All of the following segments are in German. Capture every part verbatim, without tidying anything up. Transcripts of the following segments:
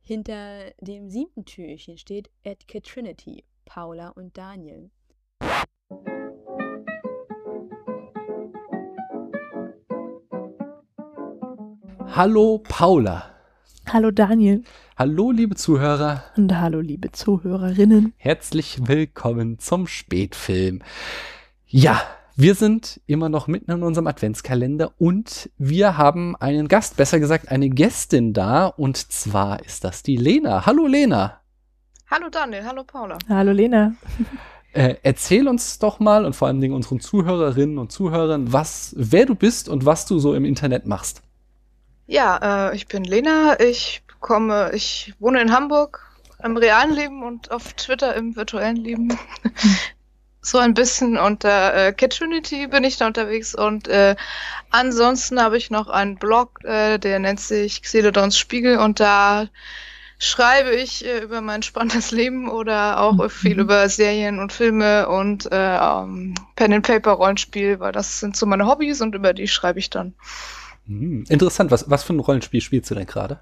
Hinter dem siebten Türchen steht Edke Trinity, Paula und Daniel. Hallo Paula. Hallo Daniel. Hallo liebe Zuhörer. Und hallo liebe Zuhörerinnen. Herzlich willkommen zum Spätfilm. Ja, wir sind immer noch mitten in unserem Adventskalender und wir haben einen Gast, besser gesagt eine Gästin da, und zwar ist das die Lena. Hallo Lena. Hallo Daniel, hallo Paula. Hallo Lena. Äh, erzähl uns doch mal und vor allen Dingen unseren Zuhörerinnen und Zuhörern, was, wer du bist und was du so im Internet machst. Ja, äh, ich bin Lena, ich komme, ich wohne in Hamburg im realen Leben und auf Twitter im virtuellen Leben. So ein bisschen unter äh, Kid Trinity bin ich da unterwegs und äh, ansonsten habe ich noch einen Blog, äh, der nennt sich Xeledons Spiegel, und da schreibe ich äh, über mein spannendes Leben oder auch mhm. viel über Serien und Filme und äh, um, Pen-and-Paper-Rollenspiel, weil das sind so meine Hobbys und über die schreibe ich dann. Hm, interessant, was, was für ein Rollenspiel spielst du denn gerade?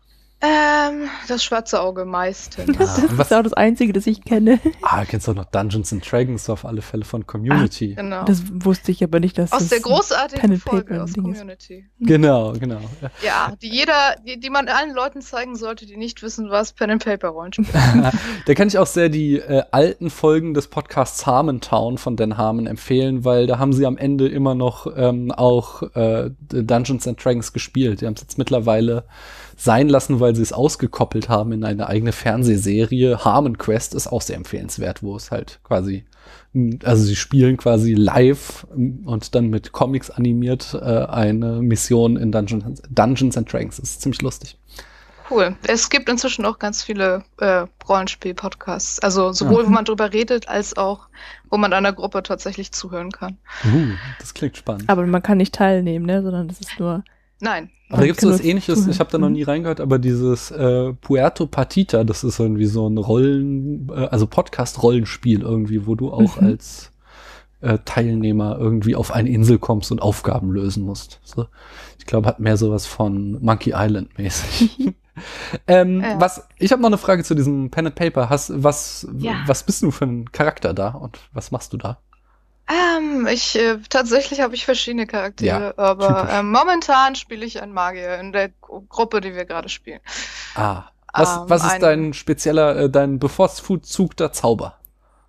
Ähm, das schwarze Auge meistens. Das ist was? Auch das Einzige, das ich kenne. Ah, du kennst auch noch Dungeons and Dragons auf alle Fälle von Community. Ah, genau. Das wusste ich aber nicht, dass aus das der großartigen Folge aus Ding Community. Ist. Genau, genau. Ja, die jeder, die, die man allen Leuten zeigen sollte, die nicht wissen, was Pen and Paper Rollenspiel ist. Da kann ich auch sehr die äh, alten Folgen des Podcasts Harmontown von Dan Harmon empfehlen, weil da haben sie am Ende immer noch ähm, auch äh, Dungeons and Dragons gespielt. Die haben es jetzt mittlerweile sein lassen, weil sie es ausgekoppelt haben in eine eigene Fernsehserie. Harmon Quest ist auch sehr empfehlenswert, wo es halt quasi, also sie spielen quasi live und dann mit Comics animiert äh, eine Mission in Dungeons, Dungeons and Dragons. Das ist ziemlich lustig. Cool. Es gibt inzwischen auch ganz viele äh, Rollenspiel-Podcasts. Also sowohl, ja. wo man drüber redet, als auch, wo man einer Gruppe tatsächlich zuhören kann. Uh, das klingt spannend. Aber man kann nicht teilnehmen, ne? Sondern das ist nur... Nein. Aber da gibt es so was Ähnliches, zuhören. Ich habe da noch nie reingehört, aber dieses äh, Puerto Partita, das ist irgendwie so ein Rollen, äh, also Podcast-Rollenspiel irgendwie, wo du auch mhm. als äh, Teilnehmer irgendwie auf eine Insel kommst und Aufgaben lösen musst. So. Ich glaube, hat mehr sowas von Monkey Island mäßig. ähm, ja. was, ich habe noch eine Frage zu diesem Pen and Paper. Hast, was, ja. was bist du für ein Charakter da und was machst du da? Ähm, ich, äh, tatsächlich habe ich verschiedene Charaktere, ja, aber äh, momentan spiele ich einen Magier in der Gru- Gruppe, die wir gerade spielen. Ah, was, ähm, was ist ein, dein spezieller, äh, dein bevorzugter Zauber?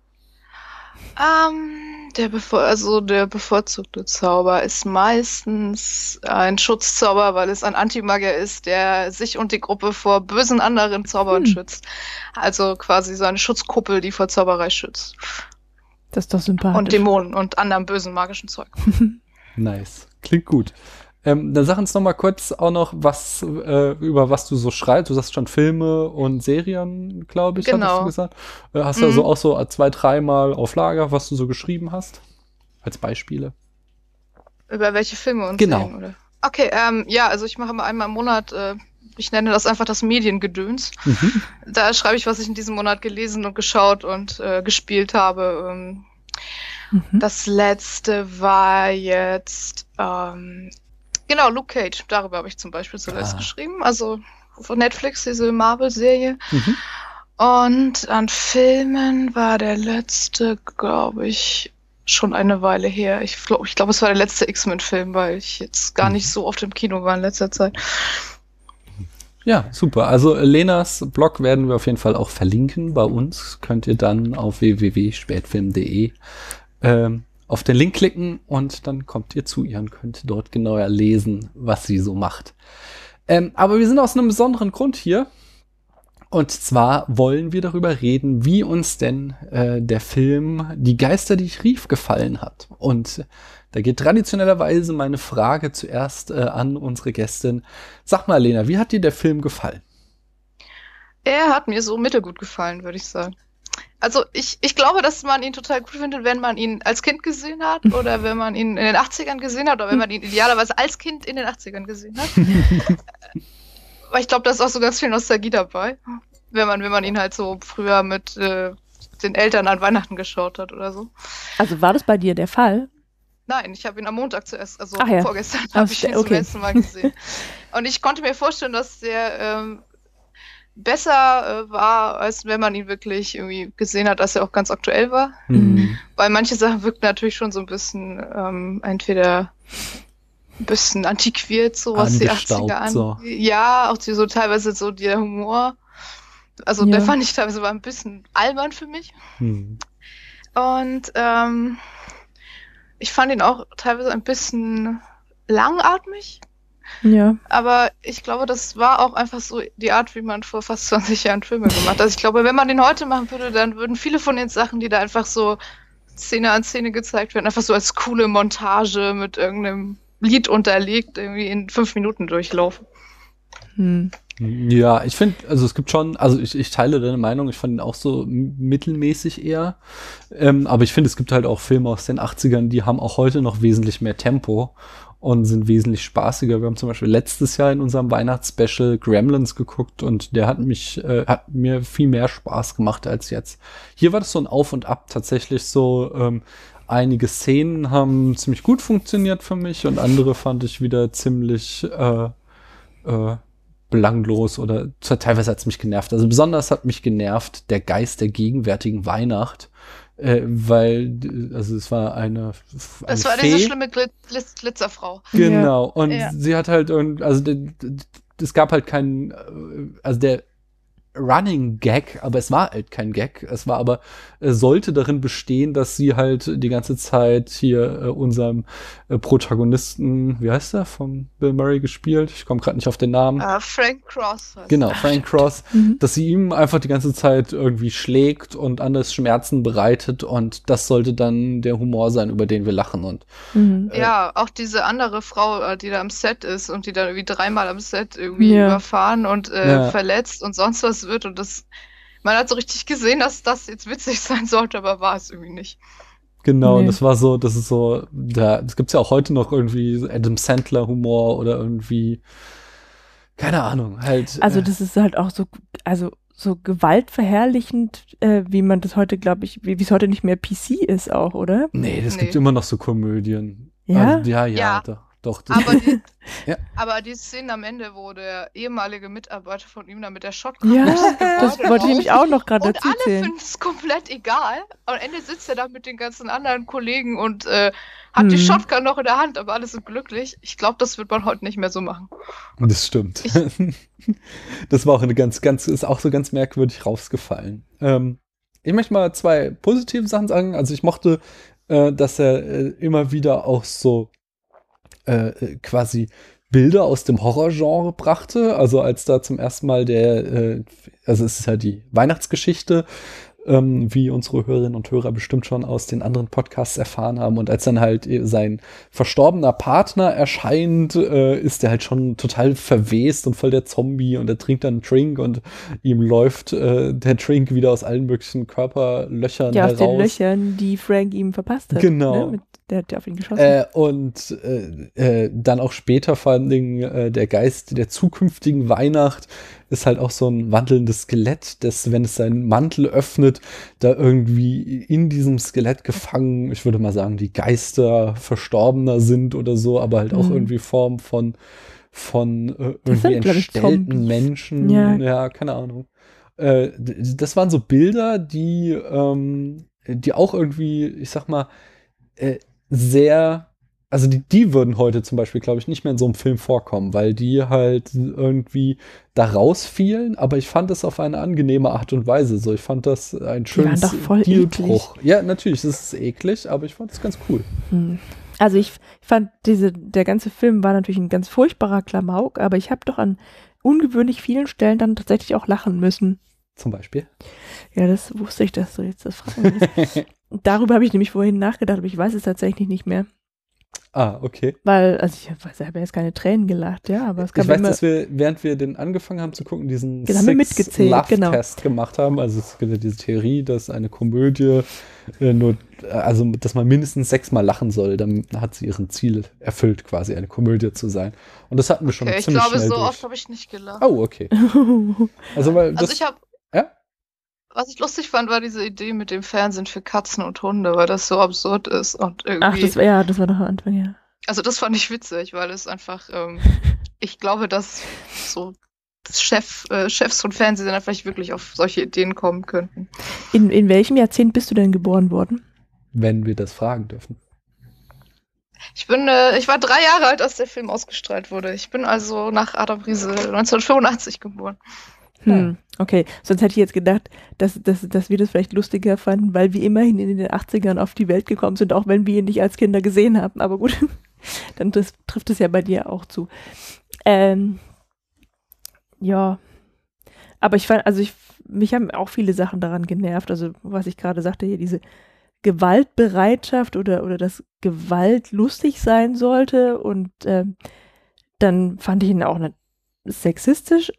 Ähm, der bevor, also der bevorzugte Zauber ist meistens ein Schutzzauber, weil es ein Antimagier ist, der sich und die Gruppe vor bösen anderen Zaubern hm. schützt. Also quasi so eine Schutzkuppel, die vor Zauberei schützt. Das ist doch sympathisch. Und Dämonen und anderem bösen magischen Zeug. Nice. Klingt gut. Ähm, dann sag uns noch mal kurz auch noch, was äh, über was du so schreibst. Du sagst schon Filme und Serien, glaube ich, genau. hattest du gesagt. Äh, hast du mhm. also auch so zwei, dreimal auf Lager, was du so geschrieben hast? Als Beispiele. Über welche Filme und genau. Serien? Oder? Okay, ähm, ja, also ich mache immer einmal im Monat, äh, ich nenne das einfach das Mediengedöns. Mhm. Da schreibe ich, was ich in diesem Monat gelesen und geschaut und äh, gespielt habe. Ähm, mhm. Das letzte war jetzt, ähm, genau, Luke Cage. Darüber habe ich zum Beispiel zuletzt ah. geschrieben. Also von Netflix, diese Marvel-Serie. Mhm. Und an Filmen war der letzte, glaube ich, schon eine Weile her. Ich glaube, ich glaub, es war der letzte X-Men-Film, weil ich jetzt gar nicht so oft im Kino war in letzter Zeit. Ja, super. Also Lenas Blog werden wir auf jeden Fall auch verlinken. Bei uns könnt ihr dann auf w w w punkt spätfilm punkt de ähm, auf den Link klicken und dann kommt ihr zu ihr und könnt dort genauer lesen, was sie so macht. Ähm, aber wir sind aus einem besonderen Grund hier. Und zwar wollen wir darüber reden, wie uns denn äh, der Film Die Geister, die ich rief, gefallen hat. Und da geht traditionellerweise meine Frage zuerst äh, an unsere Gästin. Sag mal, Lena, wie hat dir der Film gefallen? Er hat mir so mittelgut gefallen, würde ich sagen. Also ich, ich glaube, dass man ihn total gut findet, wenn man ihn als Kind gesehen hat oder wenn man ihn in den achtzigern gesehen hat oder wenn man ihn idealerweise als Kind in den achtzigern gesehen hat. Weil ich glaube, da ist auch so ganz viel Nostalgie dabei, wenn man, wenn man ihn halt so früher mit äh, den Eltern an Weihnachten geschaut hat oder so. Also war das bei dir der Fall? Nein, ich habe ihn am Montag zuerst, also Ach ja. vorgestern habe ich ihn okay. zum ersten Mal gesehen. Und ich konnte mir vorstellen, dass der ähm, besser äh, war, als wenn man ihn wirklich irgendwie gesehen hat, dass er auch ganz aktuell war. Mhm. Weil manche Sachen wirken natürlich schon so ein bisschen ähm, entweder ein bisschen antiquiert, so was die Angestaubt, achtziger an. so. Ja, auch die, so teilweise so der Humor. Also Ja. der fand ich teilweise war ein bisschen albern für mich. Mhm. Und ähm, ich fand ihn auch teilweise ein bisschen langatmig. Ja. Aber ich glaube, das war auch einfach so die Art, wie man vor fast zwanzig Jahren Filme gemacht hat. Also ich glaube, wenn man den heute machen würde, dann würden viele von den Sachen, die da einfach so Szene an Szene gezeigt werden, einfach so als coole Montage mit irgendeinem Lied unterlegt, irgendwie in fünf Minuten durchlaufen. Hm. Ja, ich finde, also es gibt schon, also ich, ich teile deine Meinung, ich fand ihn auch so m- mittelmäßig eher, ähm, aber ich finde, es gibt halt auch Filme aus den achtzigern, die haben auch heute noch wesentlich mehr Tempo und sind wesentlich spaßiger. Wir haben zum Beispiel letztes Jahr in unserem Weihnachtsspecial Gremlins geguckt und der hat mich, äh, hat mir viel mehr Spaß gemacht als jetzt. Hier war das so ein Auf und Ab, tatsächlich so, ähm, einige Szenen haben ziemlich gut funktioniert für mich und andere fand ich wieder ziemlich, äh, äh, belanglos oder teilweise hat es mich genervt. Also besonders hat mich genervt der Geist der gegenwärtigen Weihnacht, äh, weil, also es war eine, eine Das war Fee. diese schlimme Glit Glitz Glitzerfrau. Genau, und Ja. sie hat halt irgend, also d- d- es gab halt keinen, äh, also der Running Gag, aber es war halt kein Gag. Es war aber, äh, sollte darin bestehen, dass sie halt die ganze Zeit hier äh, unserem äh, Protagonisten, wie heißt der, von Bill Murray gespielt? Ich komme gerade nicht auf den Namen. Äh, Frank Cross. heißt Genau, er. Frank Cross, Mhm. dass sie ihm einfach die ganze Zeit irgendwie schlägt und anders Schmerzen bereitet und das sollte dann der Humor sein, über den wir lachen und Mhm. Ja, auch diese andere Frau, äh, die da am Set ist und die da irgendwie dreimal am Set irgendwie Ja. überfahren und äh, Ja. verletzt und sonst was wird und das, man hat so richtig gesehen, dass das jetzt witzig sein sollte, aber war es irgendwie nicht. genau, Nee. und das war so, das ist so, da, das gibt's ja auch heute noch irgendwie Adam Sandler Humor oder irgendwie, keine Ahnung, halt. Also äh, das ist halt auch so, also so gewaltverherrlichend, äh, wie man das heute, glaube ich, wie wie es heute nicht mehr P C ist auch, oder? nee, das Nee. gibt immer noch so Komödien. Ja? Also, ja, ja, Ja. doch, doch. Das, Aber die, Ja. aber die Szene am Ende, wo der ehemalige Mitarbeiter von ihm da mit der Shotgun Ja, durchs Gebäude das wollte ich läuft nämlich auch noch gerade und dazu alle zählen. finden es komplett egal. Am Ende sitzt er da mit den ganzen anderen Kollegen und äh, hat Mhm. die Shotgun noch in der Hand, aber alle sind glücklich. Ich glaube, das wird man heute nicht mehr so machen. Das stimmt. Das war auch eine ganz, ganz, ist auch so ganz merkwürdig rausgefallen. Ähm, ich möchte mal zwei positive Sachen sagen. Also ich mochte, äh, dass er äh, immer wieder auch so äh, quasi Bilder aus dem Horrorgenre brachte. Also als da zum ersten Mal der, äh, also es ist ja die Weihnachtsgeschichte, ähm, wie unsere Hörerinnen und Hörer bestimmt schon aus den anderen Podcasts erfahren haben. Und als dann halt sein verstorbener Partner erscheint, äh, ist der halt schon total verwest und voll der Zombie und er trinkt dann einen Drink und ihm läuft äh, der Drink wieder aus allen möglichen Körperlöchern Ja, aus heraus. den Löchern, die Frank ihm verpasst hat. Genau. Ne? Mit, der hat ja auf ihn geschossen. Äh, und äh, äh, dann auch später vor allen Dingen äh, der Geist der zukünftigen Weihnacht ist halt auch so ein wandelndes Skelett, das, wenn es seinen Mantel öffnet, da irgendwie in diesem Skelett gefangen, ich würde mal sagen, die Geister Verstorbener sind oder so, aber halt auch Mhm. irgendwie Form von von äh, Das irgendwie sind, glaub ich, entstellten Zombies. Menschen. Ja. Ja, keine Ahnung. Äh, d- das waren so Bilder, die, ähm, die auch irgendwie, ich sag mal, äh, sehr, also die, die würden heute zum Beispiel, glaube ich, nicht mehr in so einem Film vorkommen, weil die halt irgendwie da rausfielen, aber ich fand das auf eine angenehme Art und Weise so. Ich fand das ein waren schönes doch voll Stilbruch. Ja, natürlich, das ist eklig, aber ich fand das ganz cool. Hm. Also ich fand, diese, der ganze Film war natürlich ein ganz furchtbarer Klamauk, aber ich habe doch an ungewöhnlich vielen Stellen dann tatsächlich auch lachen müssen. Zum Beispiel. Ja, das wusste ich, dass du jetzt das fragen willst. Darüber habe ich nämlich vorhin nachgedacht, aber ich weiß es tatsächlich nicht mehr. Ah, okay. Weil, also ich weiß, ich habe jetzt keine Tränen gelacht, ja, aber es gab Ich weiß, immer, dass wir, während wir den angefangen haben zu gucken, diesen Genau, haben wir mitgezählt, genau. Six-Love-Test gemacht haben. Also es gibt ja diese Theorie, dass eine Komödie äh, nur, äh, also dass man mindestens sechsmal lachen soll, dann hat sie ihren Ziel erfüllt, quasi eine Komödie zu sein. Und das hatten wir schon Okay, ich ziemlich glaube, schnell so durch. oft habe ich nicht gelacht. Oh, okay. Also weil das, Also ich habe, ja? was ich lustig fand, war diese Idee mit dem Fernsehen für Katzen und Hunde, weil das so absurd ist und irgendwie. Ach, das war ja, das war doch am Anfang, ja. Also das fand ich witzig, weil es einfach, ähm, ich glaube, dass so Chef, äh, Chefs von Fernsehsendern vielleicht wirklich auf solche Ideen kommen könnten. In, in welchem Jahrzehnt bist du denn geboren worden? Wenn wir das fragen dürfen. Ich bin, äh, ich war drei Jahre alt, als der Film ausgestrahlt wurde. Ich bin also nach Adam Riese neunzehnhundertfünfundachtzig geboren. Hm, okay. Sonst hätte ich jetzt gedacht, dass, dass, dass wir das vielleicht lustiger fanden, weil wir immerhin in den achtzigern auf die Welt gekommen sind, auch wenn wir ihn nicht als Kinder gesehen haben. Aber gut, dann das, trifft es ja bei dir auch zu. Ähm, ja. Aber ich fand, also ich, mich haben auch viele Sachen daran genervt. Also was ich gerade sagte, hier diese Gewaltbereitschaft oder, oder dass Gewalt lustig sein sollte. Und ähm, dann fand ich ihn auch nicht sexistisch.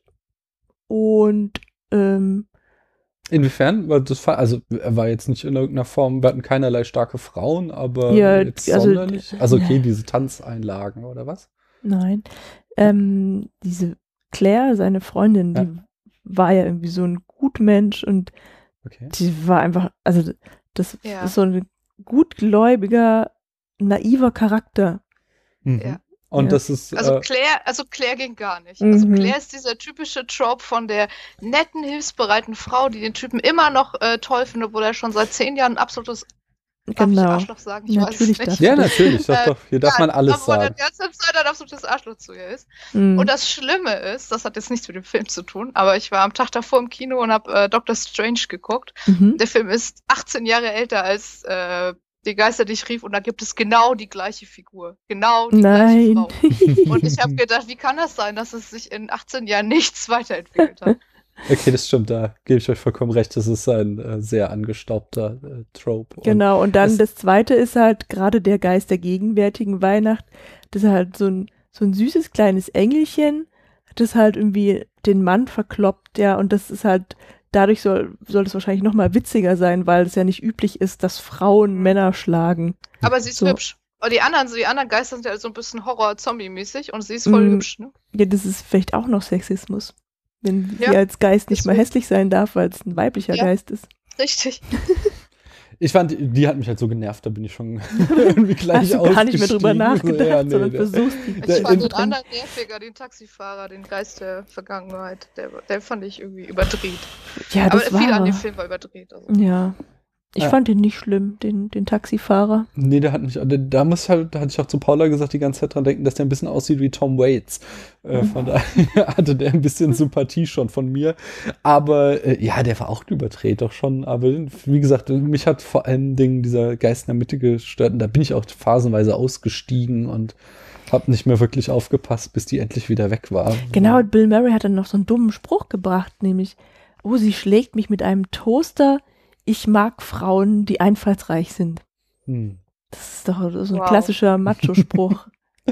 Und ähm, inwiefern? Weil das war, also er war jetzt nicht in irgendeiner Form, wir hatten keinerlei starke Frauen, aber ja, jetzt also, sonderlich. Also okay, ja. diese Tanzeinlagen oder was? Nein. Ähm, diese Claire, seine Freundin, Ja. die war ja irgendwie so ein Gutmensch und Okay. die war einfach, also das Ja. ist so ein gutgläubiger, naiver Charakter. Mhm. Ja. Und Ja. das ist Also äh, Claire, also Claire ging gar nicht. Also Mhm. Claire ist dieser typische Trope von der netten, hilfsbereiten Frau, die den Typen immer noch äh, toll findet, obwohl er schon seit zehn Jahren ein absolutes, darf ich Genau. Arschloch sagen? Ich Natürlich weiß es darfst nicht. ja du. natürlich, doch, Äh, doch, hier darf man alles aber sagen. der ganze Zeit ein absolutes Arschloch zu ihr ist. Mhm. Und das Schlimme ist, das hat jetzt nichts mit dem Film zu tun, aber ich war am Tag davor im Kino und habe äh, Doctor Strange geguckt. Mhm. Der Film ist achtzehn Jahre älter als äh, Die Geister, die ich rief, und da gibt es genau die gleiche Figur. Genau die Nein. gleiche Frau. Und ich habe gedacht, wie kann das sein, dass es sich in achtzehn Jahren nichts weiterentwickelt hat? Okay, das stimmt, da gebe ich euch vollkommen recht. Das ist ein äh, sehr angestaubter äh, Trope. Und Genau, und dann es- das zweite ist halt gerade der Geist der gegenwärtigen Weihnacht. Das ist halt so ein, so ein süßes kleines Engelchen, das halt irgendwie den Mann verkloppt, ja, und das ist halt, dadurch soll, soll es wahrscheinlich noch mal witziger sein, weil es ja nicht üblich ist, dass Frauen Männer schlagen. Aber sie ist So. hübsch. Und die anderen, so die anderen Geister sind ja so ein bisschen Horror-Zombie-mäßig und sie ist voll Mm. hübsch, ne? Ja, das ist vielleicht auch noch Sexismus. Wenn Ja, sie als Geist nicht mal deswegen. hässlich sein darf, weil es ein weiblicher Ja. Geist ist. Richtig. Ich fand, die, die hat mich halt so genervt, da bin ich schon irgendwie gleich Hast du gar nicht mehr drüber ausgestiegen. nachgedacht, Ja, nee, sondern der- versuchst die Ich Der- fand in- den anderen nerviger, den Taxifahrer, den Geist der Vergangenheit, der, der fand ich irgendwie überdreht. Ja, Aber das viel an war. dem Film war überdreht. Also. Ja. Ich Ja. fand den nicht schlimm, den, den Taxifahrer. Nee, der hat mich, da, da muss ich halt, da hatte ich auch zu Paula gesagt, die ganze Zeit dran denken, dass der ein bisschen aussieht wie Tom Waits. Äh, von daher hatte der ein bisschen Sympathie schon von mir. Aber äh, ja, der war auch überdreht doch schon. Aber wie gesagt, mich hat vor allen Dingen dieser Geist in der Mitte gestört. Und da bin ich auch phasenweise ausgestiegen und habe nicht mehr wirklich aufgepasst, bis die endlich wieder weg war. Genau, und Bill Murray hat dann noch so einen dummen Spruch gebracht, nämlich, oh, sie schlägt mich mit einem Toaster. Ich mag Frauen, die einfallsreich sind. Hm. Das ist doch so ein Wow. klassischer Macho-Spruch.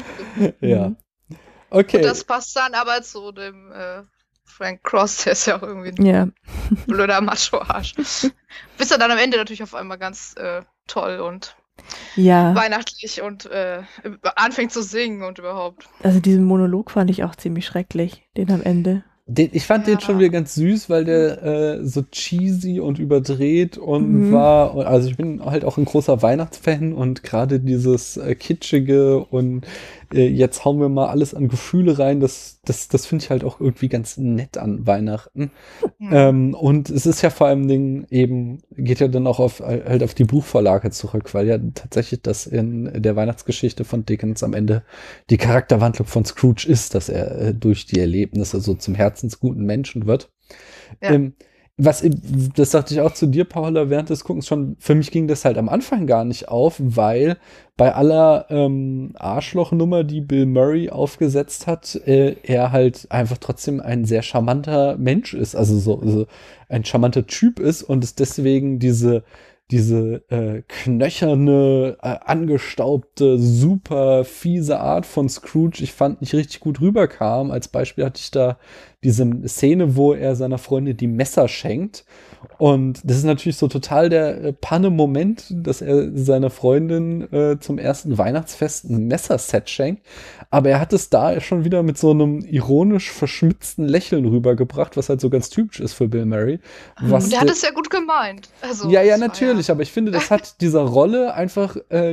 Ja. Mhm. Okay. Und das passt dann aber zu dem äh, Frank Cross, der ist ja auch irgendwie ein Ja. blöder Macho-Arsch. Bis er dann am Ende natürlich auf einmal ganz äh, toll und Ja, weihnachtlich und äh, anfängt zu singen und überhaupt. also diesen Monolog fand ich auch ziemlich schrecklich, den am Ende. Den, ich fand Ja. den schon wieder ganz süß, weil der äh, so cheesy und überdreht und Mhm. war, also ich bin halt auch ein großer Weihnachtsfan und gerade dieses äh, kitschige und äh, jetzt hauen wir mal alles an Gefühle rein, das, das, das finde ich halt auch irgendwie ganz nett an Weihnachten. Hm. Ähm, und es ist ja vor allem Ding eben, geht ja dann auch auf, halt auf die Buchvorlage zurück, weil ja tatsächlich das in der Weihnachtsgeschichte von Dickens am Ende die Charakterwandlung von Scrooge ist, dass er äh, durch die Erlebnisse so zum herzensguten Menschen wird. Ja. Ähm, was, das sagte ich auch zu dir, Paula, während des Guckens schon, für mich ging das halt am Anfang gar nicht auf, weil bei aller ähm, Arschlochnummer, die Bill Murray aufgesetzt hat, äh, er halt einfach trotzdem ein sehr charmanter Mensch ist, also so, so ein charmanter Typ ist und es deswegen diese diese äh, knöcherne, äh, angestaubte, super fiese Art von Scrooge, ich fand, nicht richtig gut rüberkam. Als Beispiel hatte ich da diese Szene, wo er seiner Freundin die Messer schenkt. Und das ist natürlich so total der äh, Panne-Moment, dass er seiner Freundin äh, zum ersten Weihnachtsfest ein Messerset schenkt. Aber er hat es da schon wieder mit so einem ironisch verschmitzten Lächeln rübergebracht, was halt so ganz typisch ist für Bill Murray. Was Und der hat es ja gut gemeint. Also, ja, ja, das war natürlich, aber ich finde, das hat dieser Rolle einfach äh,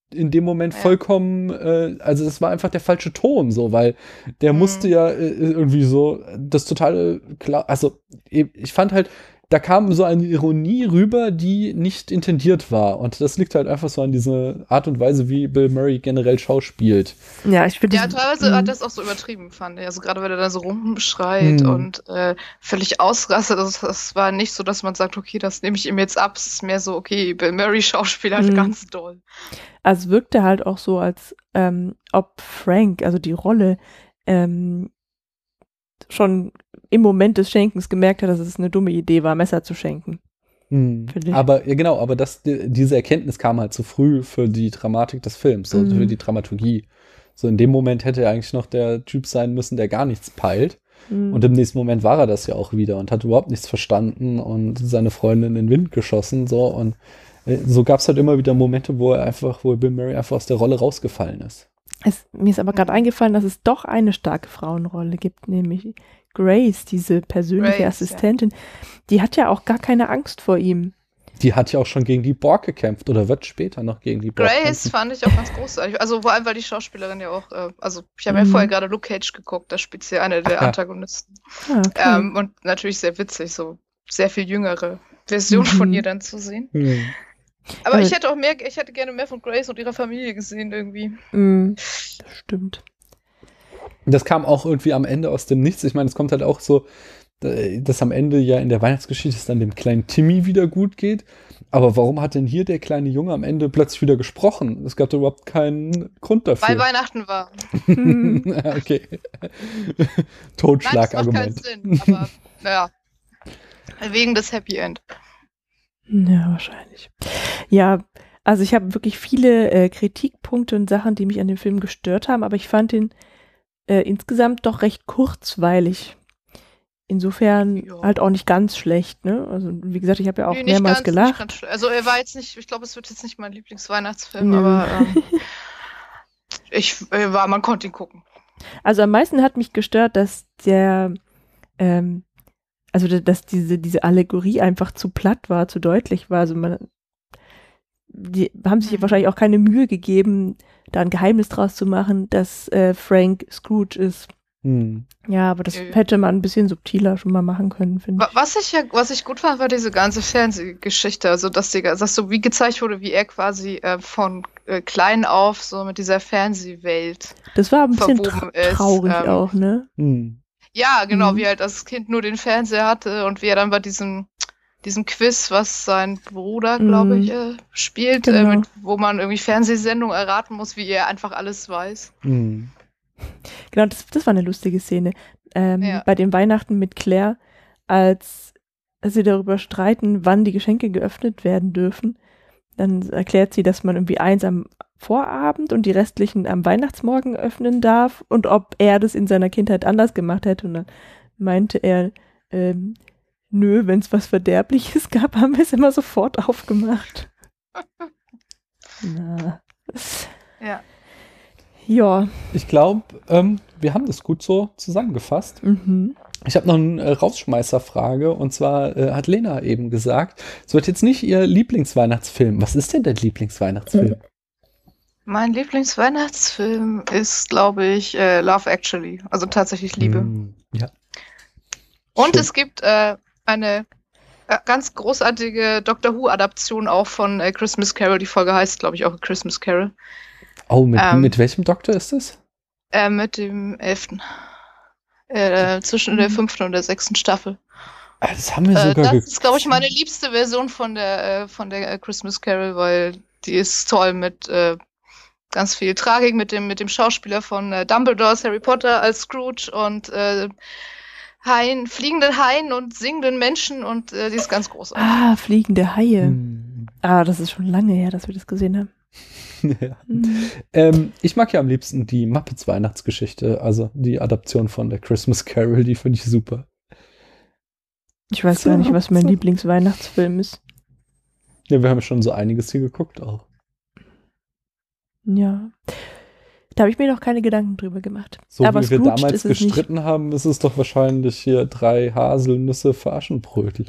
in dem Moment Ja. vollkommen, äh, also das war einfach der falsche Ton, so, weil der Mhm. musste ja äh, irgendwie so das totale klar, also ich fand halt, da kam so eine Ironie rüber, die nicht intendiert war. Und das liegt halt einfach so an dieser Art und Weise, wie Bill Murray generell schauspielt. Ja, ich finde Ja, das- teilweise Mhm. hat das auch so übertrieben, fand ich. Also gerade wenn er da so rumschreit Mhm. und äh, völlig ausrastet, das, das war nicht so, dass man sagt, okay, das nehme ich ihm jetzt ab. Es ist mehr so, okay, Bill Murray schauspielert Mhm. ganz doll. Also es wirkte halt auch so, als ähm, ob Frank, also die Rolle, ähm, schon im Moment des Schenkens gemerkt hat, dass es eine dumme Idee war, Messer zu schenken. Hm. Finde ich. Aber, ja genau, aber das, die, diese Erkenntnis kam halt zu früh für die Dramatik des Films, so Mhm. für die Dramaturgie. So in dem Moment hätte er eigentlich noch der Typ sein müssen, der gar nichts peilt. Mhm. Und im nächsten Moment war er das ja auch wieder und hat überhaupt nichts verstanden und seine Freundin in den Wind geschossen, so. Und äh, so gab es halt immer wieder Momente, wo er einfach, wo Bill Murray einfach aus der Rolle rausgefallen ist. Es, mir ist aber gerade eingefallen, dass es doch eine starke Frauenrolle gibt, nämlich Grace, diese persönliche Grace, Assistentin. Die hat ja auch gar keine Angst vor ihm. Die hat ja auch schon gegen die Borg gekämpft oder wird später noch gegen die Borg Grace kämpfen. fand ich auch ganz großartig. Also vor allem, weil die Schauspielerin ja auch, äh, also ich habe Mhm. ja vorher gerade Luke Cage geguckt, da spielt sie ja eine der Ach ja. Antagonisten. Ah, okay. Ähm, und natürlich sehr witzig, so sehr viel jüngere Version Mhm. von ihr dann zu sehen. Hm. Aber Aber- ich hätte auch mehr, ich hätte gerne mehr von Grace und ihrer Familie gesehen irgendwie. Mm, das stimmt. Das kam auch irgendwie am Ende aus dem Nichts. Ich meine, es kommt halt auch so, äh, dass am Ende ja in der Weihnachtsgeschichte es dann dem kleinen Timmy wieder gut geht. Aber warum hat denn hier der kleine Junge am Ende plötzlich wieder gesprochen? Es gab da überhaupt keinen Grund dafür. Weil Weihnachten war. Okay. Nein, das macht keinen Totschlagargument. Sinn, aber naja. Wegen des Happy End. Ja, wahrscheinlich. Ja, also ich habe wirklich viele äh, Kritikpunkte und Sachen, die mich an dem Film gestört haben, aber ich fand ihn äh, insgesamt doch recht kurzweilig. Insofern Ja. halt auch nicht ganz schlecht, ne? Also wie gesagt, ich habe ja auch Nee, nicht mehrmals ganz, gelacht. Nicht ganz schlimm. Also er war jetzt nicht, ich glaube, es wird jetzt nicht mein Lieblingsweihnachtsfilm, Nö. aber ähm, ich äh, war, man konnte ihn gucken. Also am meisten hat mich gestört, dass der, ähm, also da- dass diese, diese Allegorie einfach zu platt war, zu deutlich war. Also man, die haben sich Mhm. wahrscheinlich auch keine Mühe gegeben, da ein Geheimnis draus zu machen, dass äh, Frank Scrooge ist. Hm. Ja, aber das Nö. hätte man ein bisschen subtiler schon mal machen können, finde Wa- ich. Was ich ja, was ich gut fand, war diese ganze Fernsehgeschichte, also dass die, dass so wie gezeigt wurde, wie er quasi äh, von äh, klein auf so mit dieser Fernsehwelt. Das war ein bisschen verwoben tra ist, traurig ähm, auch, ne? Hm. Ja, genau, Mhm. wie halt das Kind nur den Fernseher hatte und wie er dann bei diesem diesem Quiz, was sein Bruder, glaube Mhm. ich, äh, spielt, Genau. äh, mit, wo man irgendwie Fernsehsendungen erraten muss, wie er einfach alles weiß. Hm. Genau, das, das war eine lustige Szene. Ähm, Ja. Bei den Weihnachten mit Claire, als sie darüber streiten, wann die Geschenke geöffnet werden dürfen, dann erklärt sie, dass man irgendwie eins am Vorabend und die restlichen am Weihnachtsmorgen öffnen darf und ob er das in seiner Kindheit anders gemacht hätte. Und dann meinte er, ähm, nö, wenn es was Verderbliches gab, haben wir es immer sofort aufgemacht. Na. Ja. Ja. Ich glaube, ähm, wir haben das gut so zusammengefasst. Mhm. Ich habe noch eine äh, Rausschmeißerfrage und zwar äh, hat Lena eben gesagt, es wird jetzt nicht ihr Lieblingsweihnachtsfilm. Was ist denn dein Lieblingsweihnachtsfilm? Mein Lieblingsweihnachtsfilm ist, glaube ich, äh, Love Actually, also tatsächlich Liebe. Hm, ja. Und Schön. es gibt äh, eine äh, ganz großartige Doctor Who-Adaption auch von äh, Christmas Carol. Die Folge heißt, glaube ich, auch Christmas Carol. Oh, mit, Ähm, mit welchem Doktor ist das? Äh, mit dem elften. Äh, zwischen der fünften und der sechsten Staffel. Ah, das haben wir Äh, sogar das ge- ist, glaube ich, meine liebste Version von der, äh, von der äh, Christmas Carol, weil die ist toll mit äh, ganz viel Tragik, mit dem, mit dem Schauspieler von äh, Dumbledores Harry Potter als Scrooge und äh, Haien, fliegenden Haien und singenden Menschen und äh, die ist ganz großartig. Ah, fliegende Haie. Hm. Ah, das ist schon lange her, dass wir das gesehen haben. ja. Mhm. ähm, ich mag ja am liebsten die Muppets Weihnachtsgeschichte, also die Adaption von der Christmas Carol, die finde ich super. Ich weiß gar nicht, was mein Lieblingsweihnachtsfilm ist. Ja, wir haben schon so einiges hier geguckt auch. Ja. Da habe ich mir noch keine Gedanken drüber gemacht. So Aber wie wir Scrooged damals ist es nicht. gestritten haben, ist es doch wahrscheinlich hier drei Haselnüsse für Aschenbrötel.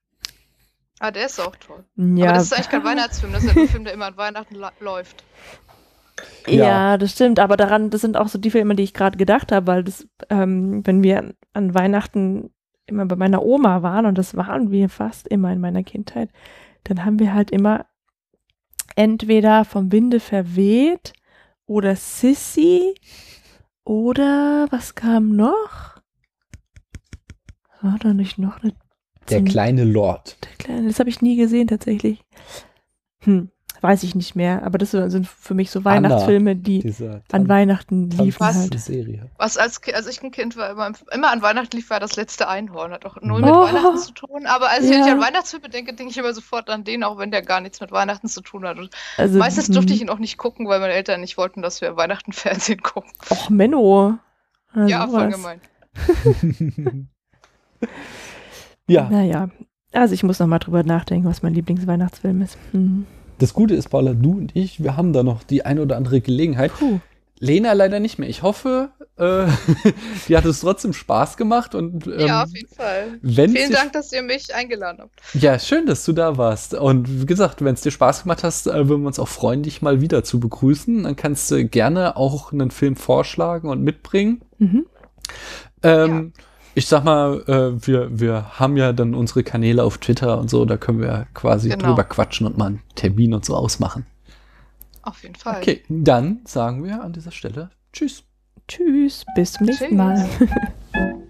Ah, der ist auch toll. Ja, Aber das ist eigentlich kein Weihnachtsfilm, das ist ja ein Film, der immer an Weihnachten la- läuft. Ja, ja, das stimmt, aber daran, das sind auch so die Filme, die ich gerade gedacht habe, weil das, ähm, wenn wir an Weihnachten immer bei meiner Oma waren, und das waren wir fast immer in meiner Kindheit, dann haben wir halt immer entweder vom Winde verweht oder Sissy oder was kam noch? War da nicht noch eine... Der kleine Lord. Der kleine, das habe ich nie gesehen tatsächlich. Hm. Weiß ich nicht mehr, aber das sind für mich so Weihnachtsfilme, die an Weihnachten liefen halt. Serie. Was als, als ich ein Kind war, immer, immer an Weihnachten lief, war das letzte Einhorn. Hat auch null mit oh, Weihnachten zu tun. Aber als ja. ich an Weihnachtsfilme denke, denke ich immer sofort an den, auch wenn der gar nichts mit Weihnachten zu tun hat. Und also, meistens durfte ich ihn auch nicht gucken, weil meine Eltern nicht wollten, dass wir Weihnachten Fernsehen gucken. Och, Menno. Also ja, voll gemein. Ja. Naja, also ich muss noch mal drüber nachdenken, was mein Lieblingsweihnachtsfilm ist. Hm. Das Gute ist, Paula, du und ich, wir haben da noch die ein oder andere Gelegenheit. Puh. Lena leider nicht mehr. Ich hoffe, äh, die hat es trotzdem Spaß gemacht. Und, ähm, ja, auf jeden Fall. Vielen sich, Dank, dass ihr mich eingeladen habt. Ja, schön, dass du da warst. Und wie gesagt, wenn es dir Spaß gemacht hast, äh, würden wir uns auch freuen, dich mal wieder zu begrüßen. Dann kannst du gerne auch einen Film vorschlagen und mitbringen. Mhm. Ähm, ja. Ich sag mal, äh, wir, wir haben ja dann unsere Kanäle auf Twitter und so, da können wir quasi genau. drüber quatschen und mal einen Termin und so ausmachen. Auf jeden Fall. Okay, dann sagen wir an dieser Stelle Tschüss. Tschüss, bis zum nächsten Tschüss. Mal.